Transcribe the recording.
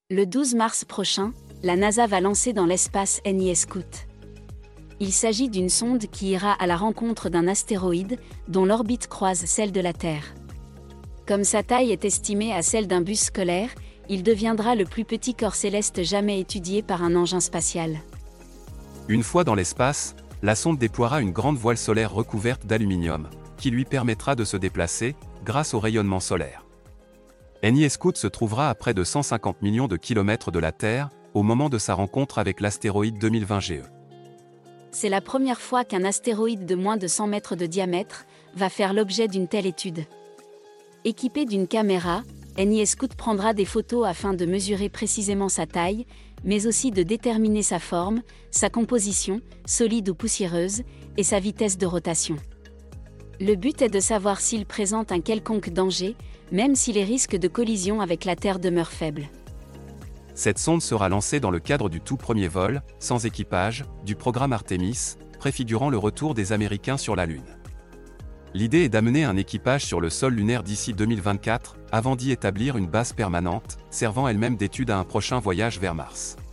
Le 12 mars prochain, la NASA va lancer dans l'espace NIS-SCOOT. Il s'agit d'une sonde qui ira à la rencontre d'un astéroïde, dont l'orbite croise celle de la Terre. Comme sa taille est estimée à celle d'un bus scolaire, il deviendra le plus petit corps céleste jamais étudié par un engin spatial. Une fois dans l'espace, la sonde déploiera une grande voile solaire recouverte d'aluminium, qui lui permettra de se déplacer, grâce au rayonnement solaire. NIS-SCOOT se trouvera à près de 150 millions de kilomètres de la Terre, au moment de sa rencontre avec l'astéroïde 2020 GE. C'est la première fois qu'un astéroïde de moins de 100 mètres de diamètre va faire l'objet d'une telle étude. Équipé d'une caméra, NIS-SCOOT prendra des photos afin de mesurer précisément sa taille, mais aussi de déterminer sa forme, sa composition, solide ou poussiéreuse, et sa vitesse de rotation. Le but est de savoir s'il présente un quelconque danger, même si les risques de collision avec la Terre demeurent faibles. Cette sonde sera lancée dans le cadre du tout premier vol, sans équipage, du programme Artemis, préfigurant le retour des Américains sur la Lune. L'idée est d'amener un équipage sur le sol lunaire d'ici 2024, avant d'y établir une base permanente, servant elle-même d'étude à un prochain voyage vers Mars.